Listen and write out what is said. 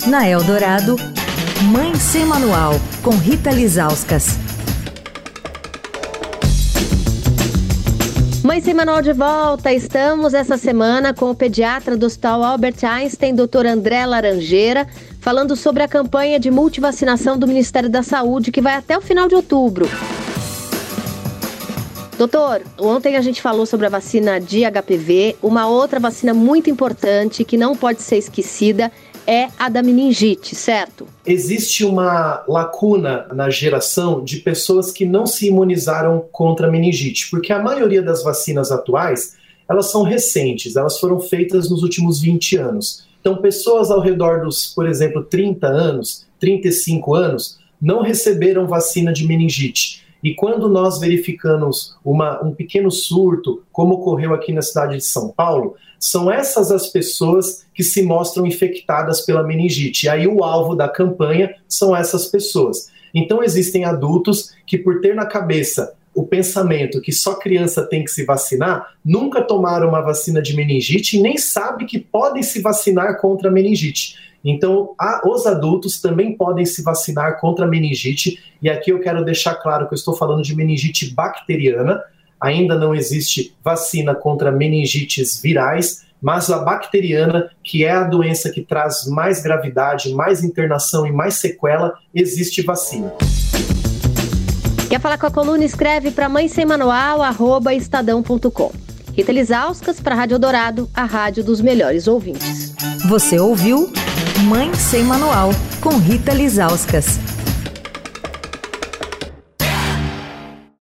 Na Eldorado, Mãe Sem Manual, com Rita Lizauskas. Mãe Sem Manual de volta. Estamos essa semana com o pediatra do Hospital Albert Einstein, Dr. André Laranjeira, falando sobre a campanha de multivacinação do Ministério da Saúde, que vai até o final de outubro. Doutor, ontem a gente falou sobre a vacina de HPV. Uma outra vacina muito importante que não pode ser esquecida é a da meningite, certo? Existe uma lacuna na geração de pessoas que não se imunizaram contra a meningite, porque a maioria das vacinas atuais, elas são recentes, elas foram feitas nos últimos 20 anos. Então, pessoas ao redor dos, por exemplo, 30 anos, 35 anos, não receberam vacina de meningite. E quando nós verificamos um pequeno surto, como ocorreu aqui na cidade de São Paulo, são essas as pessoas que se mostram infectadas pela meningite. E aí o alvo da campanha são essas pessoas. Então existem adultos que, por ter na cabeça o pensamento que só criança tem que se vacinar, nunca tomaram uma vacina de meningite e nem sabem que podem se vacinar contra a meningite. Então, os adultos também podem se vacinar contra a meningite, e aqui eu quero deixar claro que eu estou falando de meningite bacteriana. Ainda não existe vacina contra meningites virais, mas a bacteriana, que é a doença que traz mais gravidade, mais internação e mais sequela, existe vacina. Quer falar com a coluna? Escreve para mãesemmanual@estadão.com. Rita Lizauskas para a Rádio Eldorado, a rádio dos melhores ouvintes. Você ouviu Mãe Sem Manual, com Rita Lizauskas.